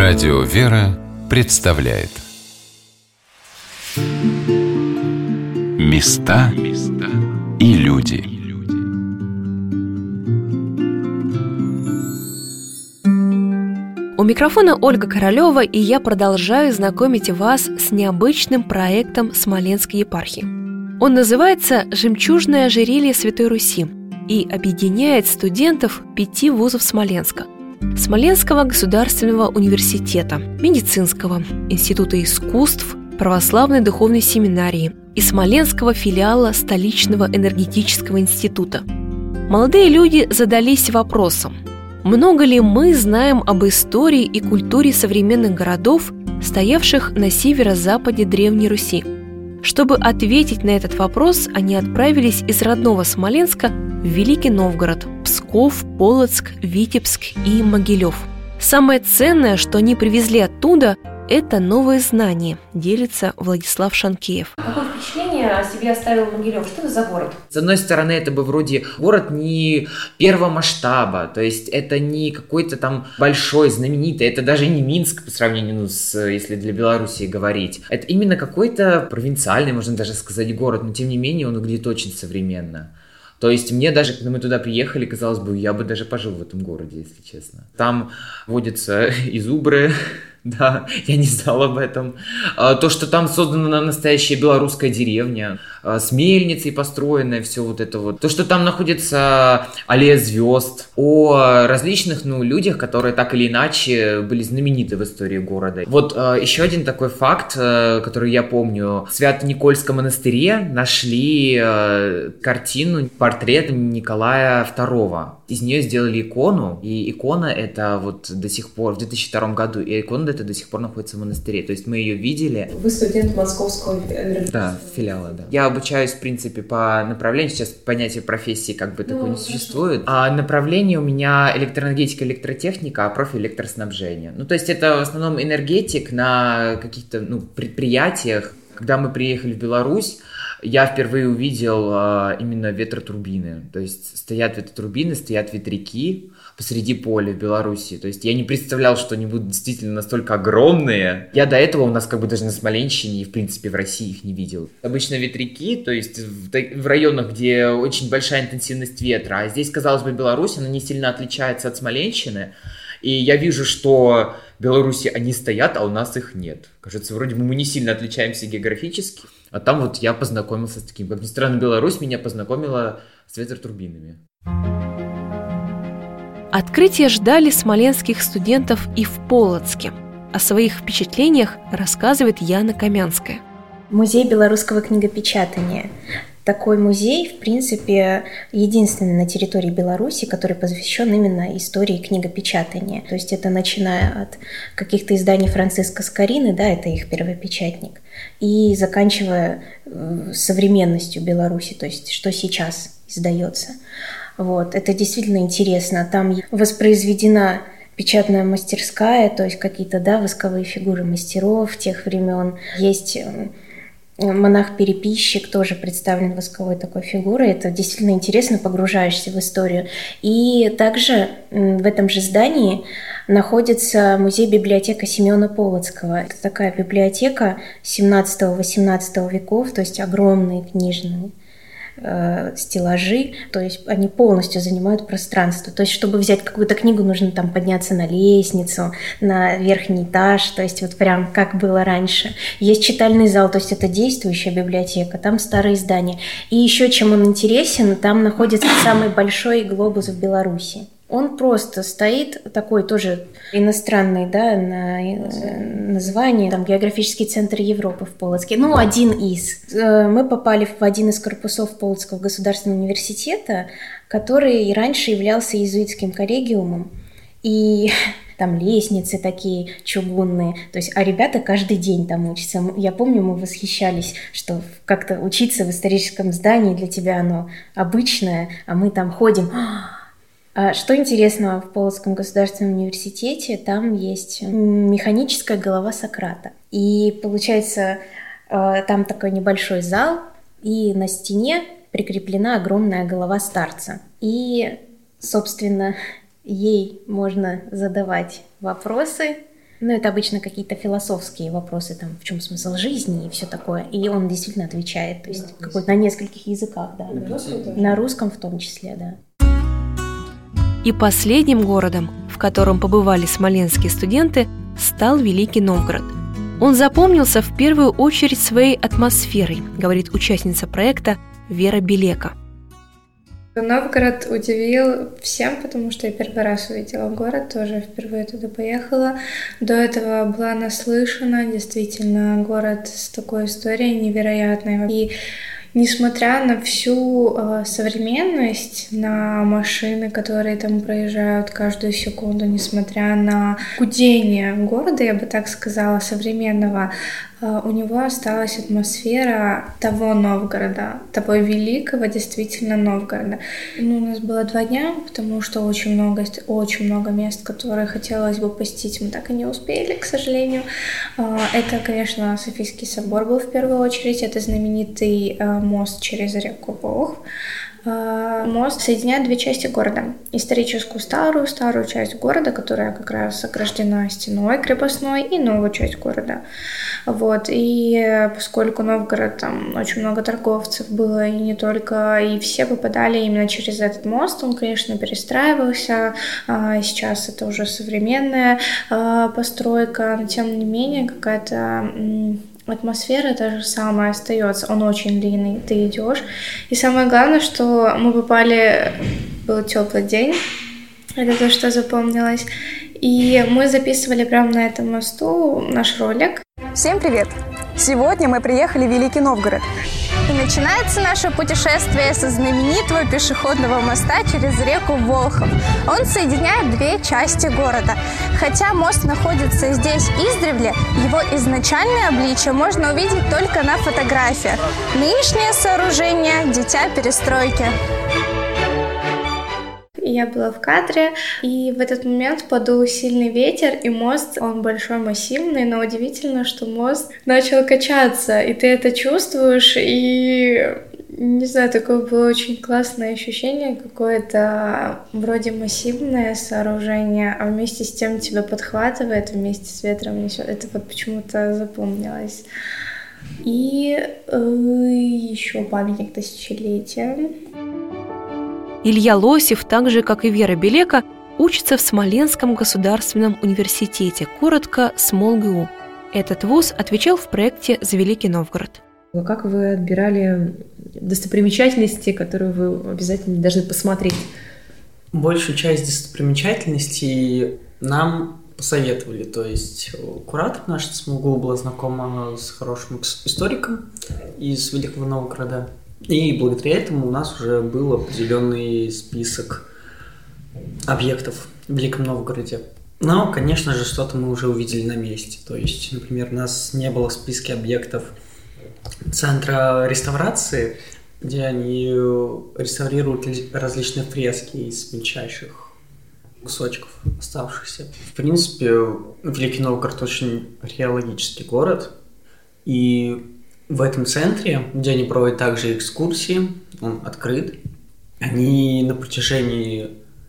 Радио «Вера» представляет Места и люди. У микрофона Ольга Королева, и я продолжаю знакомить вас с необычным проектом Смоленской епархии. Он называется «Жемчужное ожерелье Святой Руси» и объединяет студентов 5 вузов Смоленска: Смоленского государственного университета, Медицинского, Института искусств, Православной духовной семинарии и Смоленского филиала Столичного энергетического института. Молодые люди задались вопросом: много ли мы знаем об истории и культуре современных городов, стоявших на северо-западе Древней Руси? Чтобы ответить на этот вопрос, они отправились из родного Смоленска в Великий Новгород, Псков, Полоцк, Витебск и Могилев. Самое ценное, что они привезли оттуда, это новые знания, делится Владислав Шанкеев. Какое впечатление о себе оставил Могилев? Что это за город? С одной стороны, это бы вроде город не первого масштаба, то есть это не какой-то там большой, знаменитый, это даже не Минск по сравнению с, если для Белоруссии говорить. Это именно какой-то провинциальный, можно даже сказать, город, но тем не менее он выглядит очень современно. То есть мне даже, когда мы туда приехали, казалось бы, я бы даже пожил в этом городе, если честно. Там водятся и зубры, да, я не знал об этом. То, что там создана настоящая белорусская деревня, с мельницей построенная, все вот это вот. То, что там находится аллея звезд, о различных, людях, которые так или иначе были знамениты в истории города. Вот еще один такой факт, который я помню. В Свято-Никольском монастыре нашли картину, портрет Николая II. Из нее сделали икону, и икона это вот до сих пор, в 2002 году, и икона это до сих пор находится в монастыре. То есть мы ее видели. Вы студент Московского филиала, да. Я обучаюсь, в принципе, по направлению, сейчас понятие профессии как бы такое не существует. А направление у меня электроэнергетика, электротехника, а профиль электроснабжение. То есть это в основном энергетик на каких-то, предприятиях. Когда мы приехали в Беларусь, я впервые увидел именно ветротурбины. То есть стоят ветротурбины, стоят ветряки посреди поля в Беларуси. То есть я не представлял, что они будут действительно настолько огромные. Я до этого у нас как бы даже на Смоленщине и в принципе в России их не видел. Обычно ветряки, то есть в районах, где очень большая интенсивность ветра. А здесь, казалось бы, Беларусь, она не сильно отличается от Смоленщины. И я вижу, что в Беларуси они стоят, а у нас их нет. Кажется, вроде бы мы не сильно отличаемся географически. А там вот я познакомился с таким. Как ни странно, Беларусь меня познакомила с ветротурбинами. Открытие ждали смоленских студентов и в Полоцке. О своих впечатлениях рассказывает Яна Камянская. Музей белорусского книгопечатания. Такой музей, в принципе, единственный на территории Беларуси, который посвящен именно истории книгопечатания. То есть это начиная от каких-то изданий Франциско Скорины, да, это их первопечатник, и заканчивая современностью Беларуси, то есть что сейчас издается. Вот, это действительно интересно. Там воспроизведена печатная мастерская, то есть какие-то, восковые фигуры мастеров тех времен. Есть монах-переписчик, тоже представлен восковой такой фигурой. Это действительно интересно, погружаешься в историю. И также в этом же здании находится музей-библиотека Семена Полоцкого. Это такая библиотека 17-18 веков, то есть огромные книжные стеллажи, то есть они полностью занимают пространство. То есть, чтобы взять какую-то книгу, нужно там подняться на лестницу, на верхний этаж, то есть вот прям как было раньше. Есть читальный зал, то есть это действующая библиотека, там старые издания. И еще чем он интересен, там находится самый большой глобус в Беларуси. Он просто стоит, такой тоже иностранный, название, там географический центр Европы в Полоцке, один из. Мы попали в один из корпусов Полоцкого государственного университета, который раньше являлся иезуитским коллегиумом, и там лестницы такие чугунные, то есть, а ребята каждый день там учатся. Я помню, мы восхищались, что как-то учиться в историческом здании для тебя оно обычное, а мы там ходим. Что интересного в Полоцком государственном университете, там есть механическая голова Сократа. И получается, там такой небольшой зал, и на стене прикреплена огромная голова старца. И, собственно, ей можно задавать вопросы, Ну, это обычно какие-то философские вопросы, там, в чем смысл жизни и все такое. И он действительно отвечает, то есть какой-то на нескольких языках, да. На русском в том числе, да. И последним городом, в котором побывали смоленские студенты, стал Великий Новгород. Он запомнился в первую очередь своей атмосферой, говорит участница проекта Вера Белека. Новгород удивил всем, потому что я первый раз увидела город, тоже впервые туда поехала. До этого была наслышана, действительно, город с такой историей невероятной. И несмотря на всю современность, на машины, которые там проезжают каждую секунду, несмотря на гудение города, я бы так сказала, современного, у него осталась атмосфера того Новгорода, того великого действительно Новгорода. У нас было 2 дня, потому что очень много мест, которые хотелось бы посетить, мы так и не успели, к сожалению. Это, конечно, Софийский собор был в первую очередь, это знаменитый мост через реку Волхв. Мост соединяет 2 части города. Историческую старую часть города, которая как раз ограждена стеной крепостной, и новую часть города. Вот. И поскольку Новгород, там очень много торговцев было, и не только, и все попадали именно через этот мост, он, конечно, перестраивался. Сейчас это уже современная постройка, но тем не менее какая-то атмосфера та же самая остается, он очень длинный, ты идешь. И самое главное, что мы попали, был теплый день, это то, что запомнилось. И мы записывали прямо на этом мосту наш ролик. Всем привет! Сегодня мы приехали в Великий Новгород. И начинается наше путешествие со знаменитого пешеходного моста через реку Волхов. Он соединяет 2 части города. Хотя мост находится здесь издревле, его изначальное обличие можно увидеть только на фотографиях. Нынешнее сооружение – дитя перестройки. Я была в кадре, и в этот момент подул сильный ветер, и мост, он большой, массивный, но удивительно, что мост начал качаться, и ты это чувствуешь, и, не знаю, такое было очень классное ощущение, какое-то вроде массивное сооружение, а вместе с тем тебя подхватывает, вместе с ветром несет. Это вот почему-то запомнилось. И еще памятник тысячелетия. Илья Лосев, так же, как и Вера Белека, учится в Смоленском государственном университете, коротко СмолГУ. Этот вуз отвечал в проекте «За Великий Новгород». Как вы отбирали достопримечательности, которые вы обязательно должны посмотреть? Большую часть достопримечательностей нам посоветовали. То есть куратор наш СмолГУ была знакома с хорошим историком из Великого Новгорода. И благодаря этому у нас уже был определенный список объектов в Великом Новгороде. Но, конечно же, что-то мы уже увидели на месте. То есть, например, у нас не было в списке объектов центра реставрации, где они реставрируют различные фрески из мельчайших кусочков оставшихся. В принципе, Великий Новгород очень археологический город, и в этом центре, где они проводят также экскурсии, он открыт, они на протяжении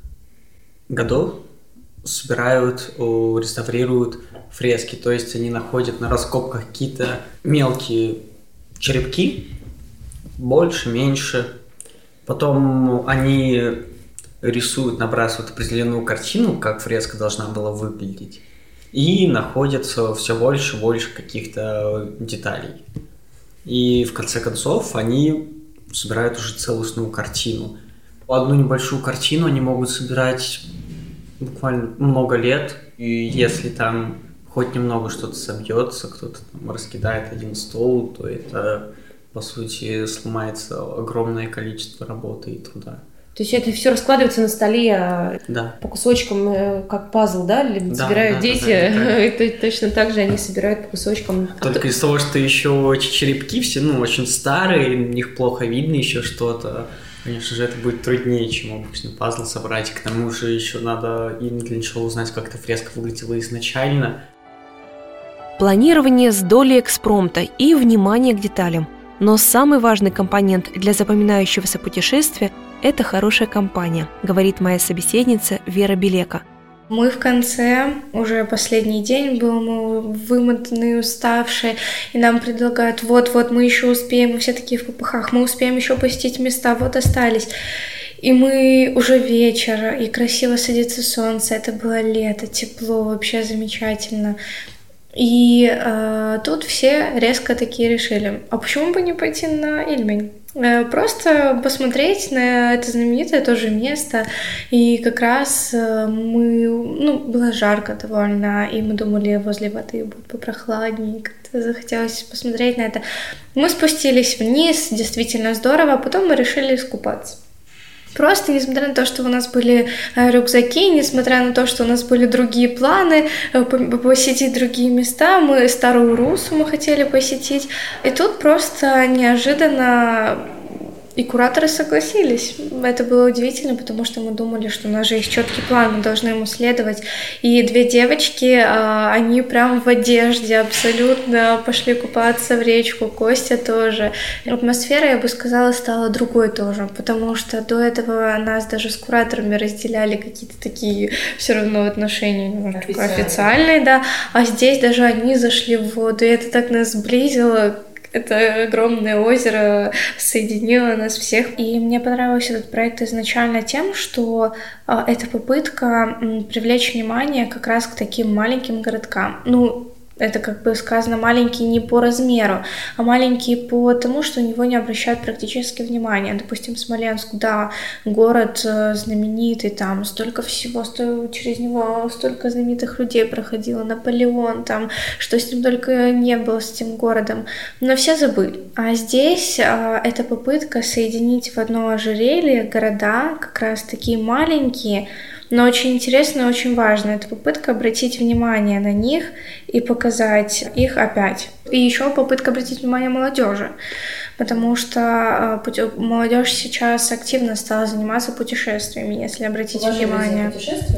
годов собирают, реставрируют фрески, то есть они находят на раскопках какие-то мелкие черепки, больше, меньше, потом они рисуют, набрасывают определенную картину, как фреска должна была выглядеть, и находятся все больше и больше каких-то деталей. И в конце концов они собирают уже целостную картину. Одну небольшую картину они могут собирать буквально много лет, и если там хоть немного что-то собьется, кто-то там раскидает один стол, то это, по сути, сломается огромное количество работы и труда. То есть это все раскладывается на столе да. По кусочкам, как пазл, да? Собирают дети, и точно так же они собирают по кусочкам. Только из-за того, что еще черепки все, очень старые, в них плохо видно еще что-то. Конечно же, это будет труднее, чем обычный пазл собрать. К тому же еще надо им для начала узнать, как эта фреска выглядела изначально. Планирование с долей экспромта и внимание к деталям. Но самый важный компонент для запоминающегося путешествия – это хорошая компания, говорит моя собеседница Вера Белека. Мы в конце, уже последний день был, мы вымотанные, уставшие, и нам предлагают, вот, мы еще успеем, мы все такие в попыхах, мы успеем еще посетить места, вот остались. И мы уже вечер, и красиво садится солнце, это было лето, тепло, вообще замечательно. И тут все резко такие решили, а почему бы не пойти на Ильмень? Просто посмотреть на это знаменитое тоже место. И как раз было жарко довольно, и мы думали, возле воды будет попрохладнее, как-то захотелось посмотреть на это. Мы спустились вниз, действительно здорово, а потом мы решили искупаться. Просто, несмотря на то, что у нас были рюкзаки, несмотря на то, что у нас были другие планы, посетить другие места, мы Старую Руссу мы хотели посетить, и тут просто неожиданно и кураторы согласились. Это было удивительно, потому что мы думали, что у нас же есть четкий план, мы должны ему следовать. И 2 девочки, они прям в одежде абсолютно пошли купаться в речку, Костя тоже. Атмосфера, я бы сказала, стала другой тоже, потому что до этого нас даже с кураторами разделяли какие-то такие все равно отношения немножко официальные, да. А здесь даже они зашли в воду, и это так нас сблизило. Это огромное озеро соединило нас всех. И мне понравился этот проект изначально тем, что это попытка привлечь внимание как раз к таким маленьким городкам. Это, как бы сказано, маленький не по размеру, а маленький по тому, что на него не обращают практически внимания. Допустим, Смоленск, да, город знаменитый, там столько всего, через него столько знаменитых людей проходило, Наполеон, там, что с ним только не было, с этим городом, но все забыли. А здесь это попытка соединить в одно ожерелье города, как раз такие маленькие, но очень интересно и очень важно. Это попытка обратить внимание на них и показать их опять. И еще попытка обратить внимание молодежи, потому что молодежь сейчас активно стала заниматься путешествиями, если обратить внимание.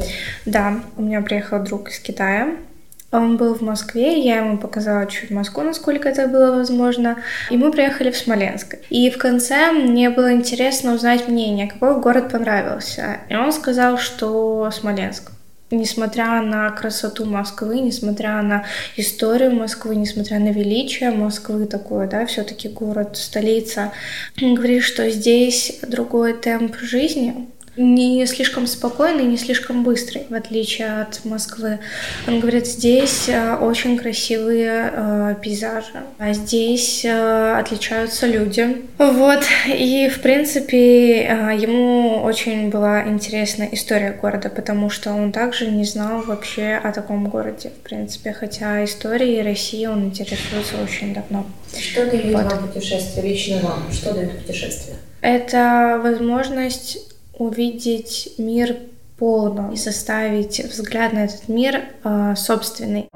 Да, у меня приехал друг из Китая. Он был в Москве, я ему показала чуть Москву, насколько это было возможно, и мы приехали в Смоленск. И в конце мне было интересно узнать мнение, какой город понравился. И он сказал, что Смоленск. Несмотря на красоту Москвы, несмотря на историю Москвы, несмотря на величие Москвы такое, да, все-таки город, столица, он говорит, что здесь другой темп жизни, не слишком спокойный, не слишком быстрый, в отличие от Москвы. Он говорит, здесь очень красивые пейзажи, а здесь отличаются люди. Вот, и в принципе ему очень была интересна история города, потому что он также не знал вообще о таком городе, в принципе, хотя историей России он интересуется очень давно. Что дает вам путешествие, лично вам? Что дает путешествие? Это возможность увидеть мир полно и составить взгляд на этот мир собственный.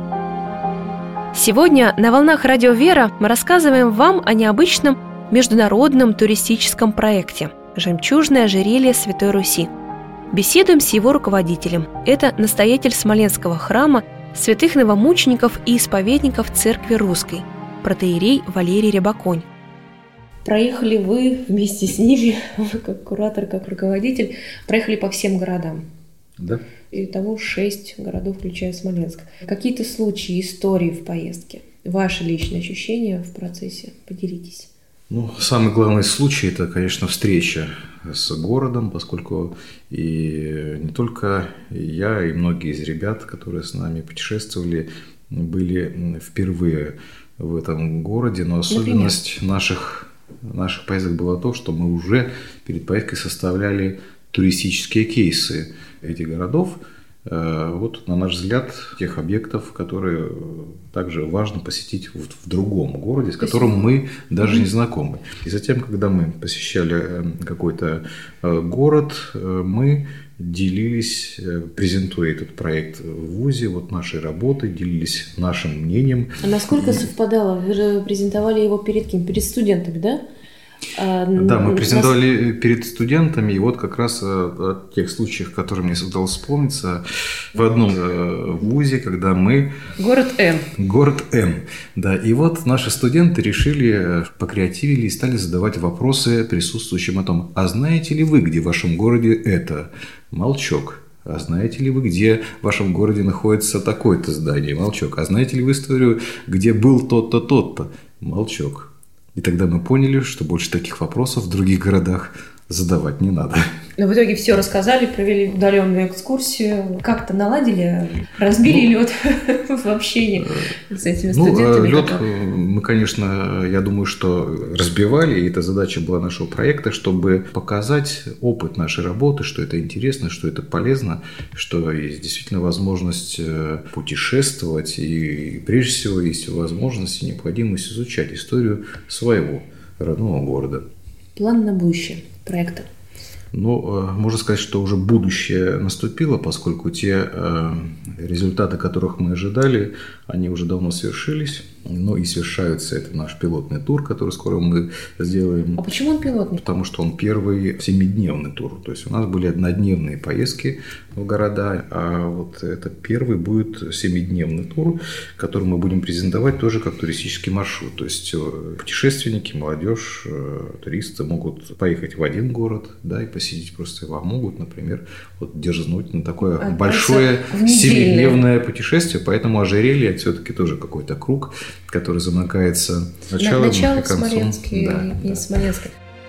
Сегодня на «Волнах Радио Вера» мы рассказываем вам о необычном международном туристическом проекте «Жемчужное ожерелье Святой Руси». Беседуем с его руководителем. Это настоятель Смоленского храма святых новомучеников и исповедников Церкви Русской, протоиерей Валерий Рябоконь. Проехали вы вместе с ними, вы как куратор, как руководитель, проехали по всем городам. Да. Итого 6 городов, включая Смоленск. Какие-то случаи, истории в поездке? Ваши личные ощущения в процессе? Поделитесь. Самый главный случай – это, конечно, встреча с городом, поскольку и не только я, и многие из ребят, которые с нами путешествовали, были впервые в этом городе, но особенность наших поездок было то, что мы уже перед поездкой составляли туристические кейсы этих городов. Вот, на наш взгляд, тех объектов, которые также важно посетить в другом городе, с которым мы даже не знакомы. И затем, когда мы посещали какой-то город, мы делились, презентуя этот проект в ВУЗе, нашей работой, делились нашим мнением. А насколько совпадало? Вы же презентовали его перед кем? Перед студентами, да? Да, мы презентовали перед студентами, и вот как раз о тех случаях, которые мне удалось вспомниться, в одном вузе, когда мы... Город М, да, и вот наши студенты решили, покреативили и стали задавать вопросы присутствующим о том, а знаете ли вы, где в вашем городе это? Молчок. А знаете ли вы, где в вашем городе находится такое-то здание? Молчок. А знаете ли вы историю, где был тот-то, тот-то? Молчок. И тогда мы поняли, что больше таких вопросов в других городах задавать не надо. Но в итоге все рассказали, провели удаленную экскурсию, как-то наладили, разбили лед в общении с этими студентами. Лед мы, конечно, я думаю, что разбивали, и эта задача была нашего проекта, чтобы показать опыт нашей работы, что это интересно, что это полезно, что есть действительно возможность путешествовать, и прежде всего есть возможность и необходимость изучать историю своего родного города. План на будущее проекта. Можно сказать, что уже будущее наступило, поскольку те результаты, которых мы ожидали, они уже давно свершились. И свершаются. Это наш пилотный тур, который скоро мы сделаем. А почему он пилотный? Потому что он первый 7-дневный тур. То есть у нас были однодневные поездки в города, а вот это первый будет 7-дневный тур, который мы будем презентовать тоже как туристический маршрут. То есть путешественники, молодежь, туристы могут поехать в один город, и посетить просто его, а могут, например, дерзнуть на такое большое 7-дневное путешествие. Поэтому ожерелье все-таки тоже какой-то круг, который замыкается началом и концом. Смоленске.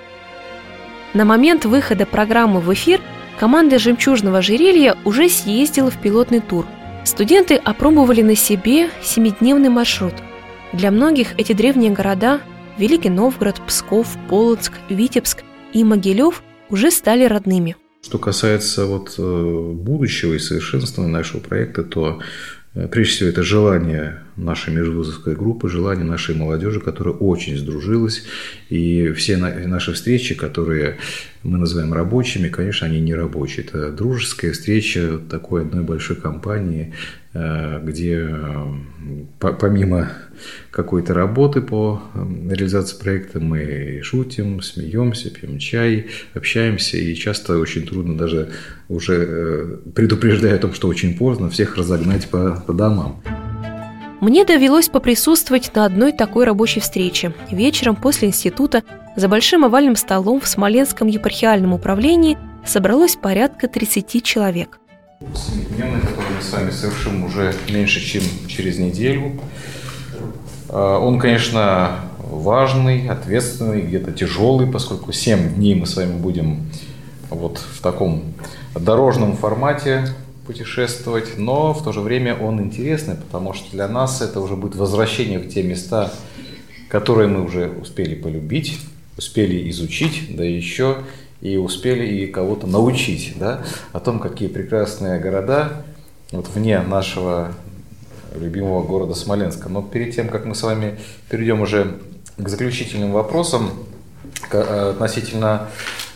На момент выхода программы в эфир команда «Жемчужного ожерелья» уже съездила в пилотный тур. Студенты опробовали на себе 7-дневный маршрут. Для многих эти древние города – Великий Новгород, Псков, Полоцк, Витебск и Могилев – уже стали родными. Что касается будущего и совершенствования нашего проекта, то прежде всего это желание нашей межвузовской группы, желание нашей молодежи, которая очень сдружилась. И все наши встречи, которые мы называем рабочими, конечно, они не рабочие. Это дружеская встреча такой одной большой компании, где помимо какой-то работы по реализации проекта мы шутим, смеемся, пьем чай, общаемся. И часто очень трудно даже уже предупреждая о том, что очень поздно, всех разогнать по домам. Мне довелось поприсутствовать на одной такой рабочей встрече. Вечером после института за большим овальным столом в Смоленском епархиальном управлении собралось порядка 30 человек. 7-дневный, который мы с вами совершим уже меньше, чем через неделю. Он, конечно, важный, ответственный, где-то тяжелый, поскольку 7 дней мы с вами будем в таком дорожном формате путешествовать, но в то же время он интересный, потому что для нас это уже будет возвращение в те места, которые мы уже успели полюбить, успели изучить, да еще и успели и кого-то научить, о том, какие прекрасные города вне нашего любимого города Смоленска. Но перед тем, как мы с вами перейдем уже к заключительным вопросам относительно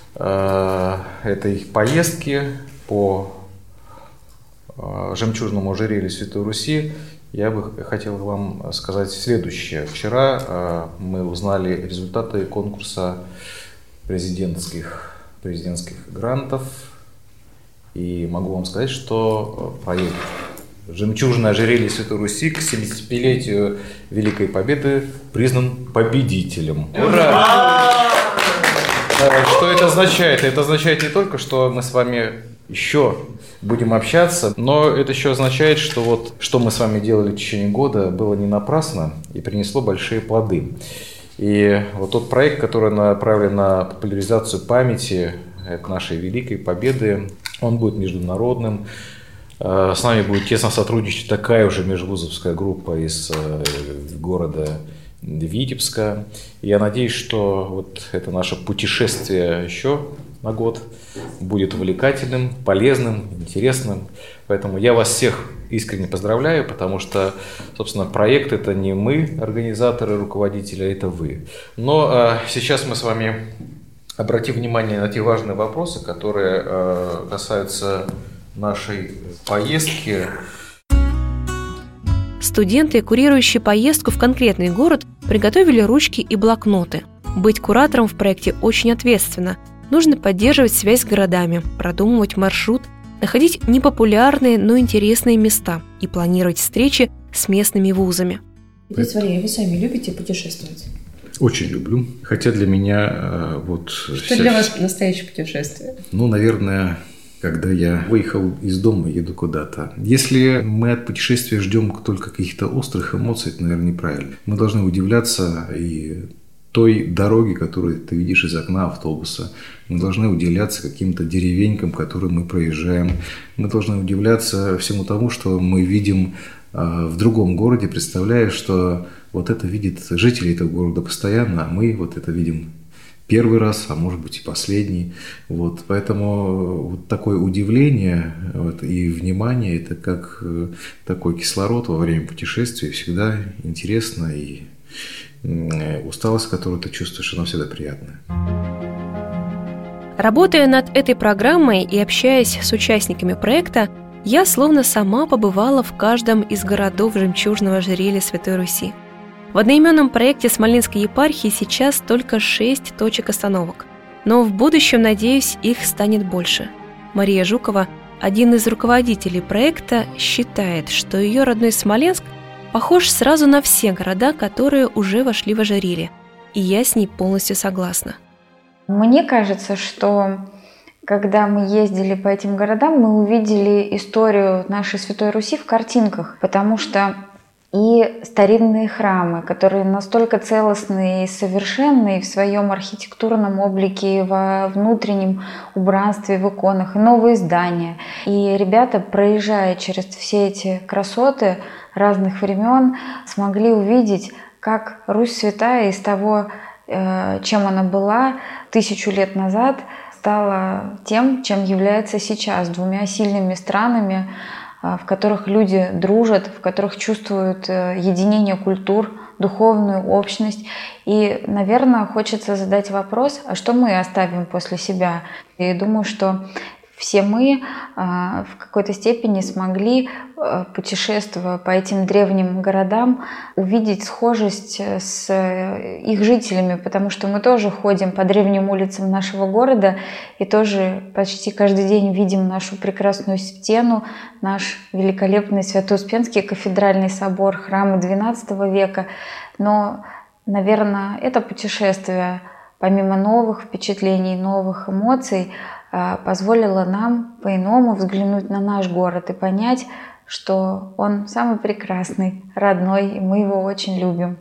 этой поездки по жемчужному ожерелью Святой Руси, я бы хотел вам сказать следующее. Вчера мы узнали результаты конкурса президентских грантов, и могу вам сказать, что проект «Жемчужное ожерелье Святой Руси» к 75-летию Великой Победы признан победителем. Ура! Что это означает? Это означает не только, что мы с вами еще будем общаться, но это еще означает, что что мы с вами делали в течение года, было не напрасно и принесло большие плоды. И тот проект, который направлен на популяризацию памяти нашей Великой Победы, он будет международным. С нами будет тесно сотрудничать такая уже межвузовская группа из города Витебска. И я надеюсь, что это наше путешествие еще на год будет увлекательным, полезным, интересным. Поэтому я вас всех искренне поздравляю, потому что, собственно, проект – это не мы, организаторы, руководители, а это вы. Но сейчас мы с вами обратим внимание на те важные вопросы, которые касаются нашей поездки. Студенты, курирующие поездку в конкретный город, приготовили ручки и блокноты. Быть куратором в проекте очень ответственно. Нужно поддерживать связь с городами, продумывать маршрут, находить непопулярные, но интересные места и планировать встречи с местными вузами. Отец Валерий, вы сами любите путешествовать? Очень люблю. Хотя для меня Что для вас настоящее путешествие? Наверное, когда я выехал из дома, еду куда-то. Если мы от путешествия ждем только каких-то острых эмоций, это, наверное, неправильно. Мы должны удивляться и той дороге, которую ты видишь из окна автобуса. Мы должны удивляться каким-то деревенькам, которые мы проезжаем. Мы должны удивляться всему тому, что мы видим в другом городе, представляя, что вот это видят жители этого города постоянно, а мы вот это видим первый раз, а может быть и последний. Вот. Поэтому вот такое удивление и внимание – это как такой кислород во время путешествия. Всегда интересно, и усталость, которую ты чувствуешь, она всегда приятная. Работая над этой программой и общаясь с участниками проекта, я словно сама побывала в каждом из городов жемчужного ожерелья Святой Руси. В одноименном проекте Смоленской епархии сейчас только 6 точек остановок, но в будущем, надеюсь, их станет больше. Мария Жукова, один из руководителей проекта, считает, что ее родной Смоленск похож сразу на все города, которые уже вошли в ожерелье, и я с ней полностью согласна. Мне кажется, что когда мы ездили по этим городам, мы увидели историю нашей Святой Руси в картинках, потому что и старинные храмы, которые настолько целостны и совершенны в своем архитектурном облике, во внутреннем убранстве, в иконах, и новые здания. И ребята, проезжая через все эти красоты разных времен, смогли увидеть, как Русь Святая из того, чем она была 1000 лет назад, стала тем, чем является сейчас, 2 сильными странами, в которых люди дружат, в которых чувствуют единение культур, духовную общность. И, наверное, хочется задать вопрос, а что мы оставим после себя? И думаю, что все мы в какой-то степени смогли, путешествуя по этим древним городам, увидеть схожесть с их жителями, потому что мы тоже ходим по древним улицам нашего города и тоже почти каждый день видим нашу прекрасную стену, наш великолепный Свято-Успенский кафедральный собор, храмы XII века. Но, наверное, это путешествие, помимо новых впечатлений, новых эмоций, позволило нам по-иному взглянуть на наш город и понять, что он самый прекрасный, родной, и мы его очень любим.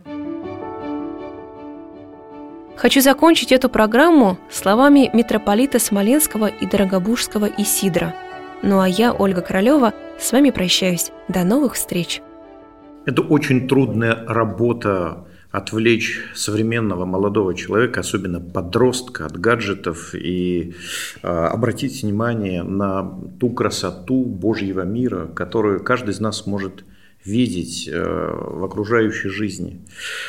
Хочу закончить эту программу словами митрополита Смоленского и Дорогобужского Исидора. Ну а я, Ольга Королева, с вами прощаюсь. До новых встреч. Это очень трудная работа — отвлечь современного молодого человека, особенно подростка, от гаджетов и обратить внимание на ту красоту Божьего мира, которую каждый из нас может видеть в окружающей жизни.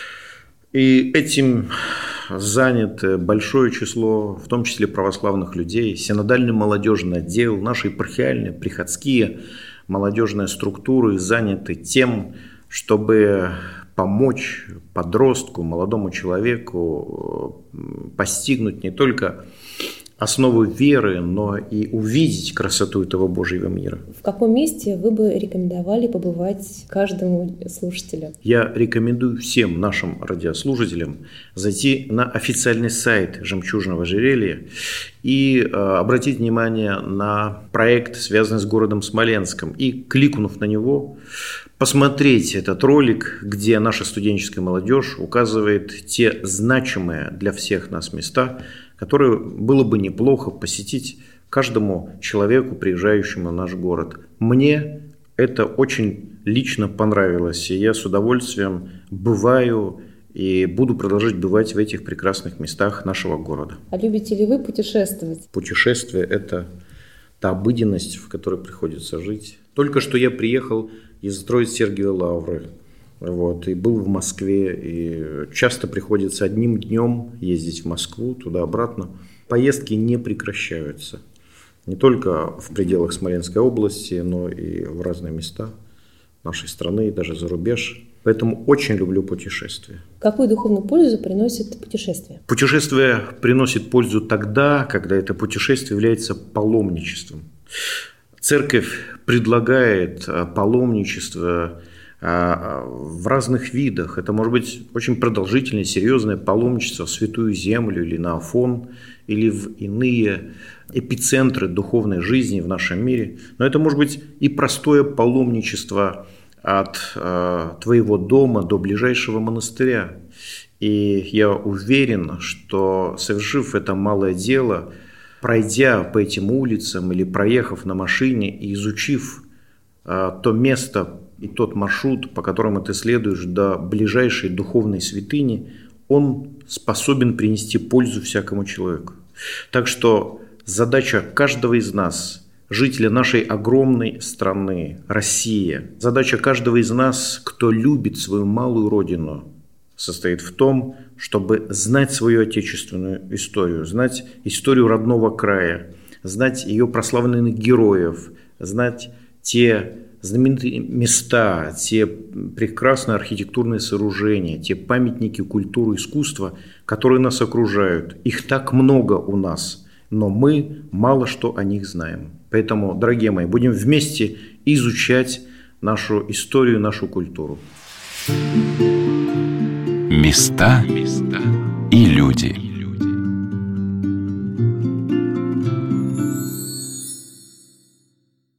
И этим занято большое число, в том числе православных людей, синодальный молодежный отдел, наши епархиальные, приходские молодежные структуры заняты тем, чтобы помочь подростку, молодому человеку постигнуть не только основу веры, но и увидеть красоту этого Божьего мира. В каком месте вы бы рекомендовали побывать каждому слушателю? Я рекомендую всем нашим радиослушателям зайти на официальный сайт «Жемчужного ожерелья» и обратить внимание на проект, связанный с городом Смоленском, и, кликнув на него, посмотреть этот ролик, где наша студенческая молодежь указывает те значимые для всех нас места, которые было бы неплохо посетить каждому человеку, приезжающему в наш город. Мне это очень лично понравилось, и я с удовольствием бываю и буду продолжать бывать в этих прекрасных местах нашего города. А любите ли вы путешествовать? Путешествие – это та обыденность, в которой приходится жить. Только что я приехал из Троиц-Сергиевой Лавры. И был в Москве, и часто приходится одним днем ездить в Москву, туда-обратно. Поездки не прекращаются. Не только в пределах Смоленской области, но и в разные места нашей страны, и даже за рубеж. Поэтому очень люблю путешествия. Какую духовную пользу приносит путешествие? Путешествие приносит пользу тогда, когда это путешествие является паломничеством. Церковь предлагает паломничество в разных видах. Это может быть очень продолжительное, серьезное паломничество в Святую Землю или на Афон, или в иные эпицентры духовной жизни в нашем мире. Но это может быть и простое паломничество от твоего дома до ближайшего монастыря. И я уверен, что, совершив это малое дело, пройдя по этим улицам или проехав на машине и изучив то место и тот маршрут, по которому ты следуешь до ближайшей духовной святыни, он способен принести пользу всякому человеку. Так что задача каждого из нас, жителя нашей огромной страны, Россия, задача каждого из нас, кто любит свою малую родину, состоит в том, чтобы знать свою отечественную историю, знать историю родного края, знать ее прославленных героев, знать те знаменитые места, те прекрасные архитектурные сооружения, те памятники культуры и искусства, которые нас окружают. Их так много у нас, но мы мало что о них знаем. Поэтому, дорогие мои, будем вместе изучать нашу историю, нашу культуру. Места и люди.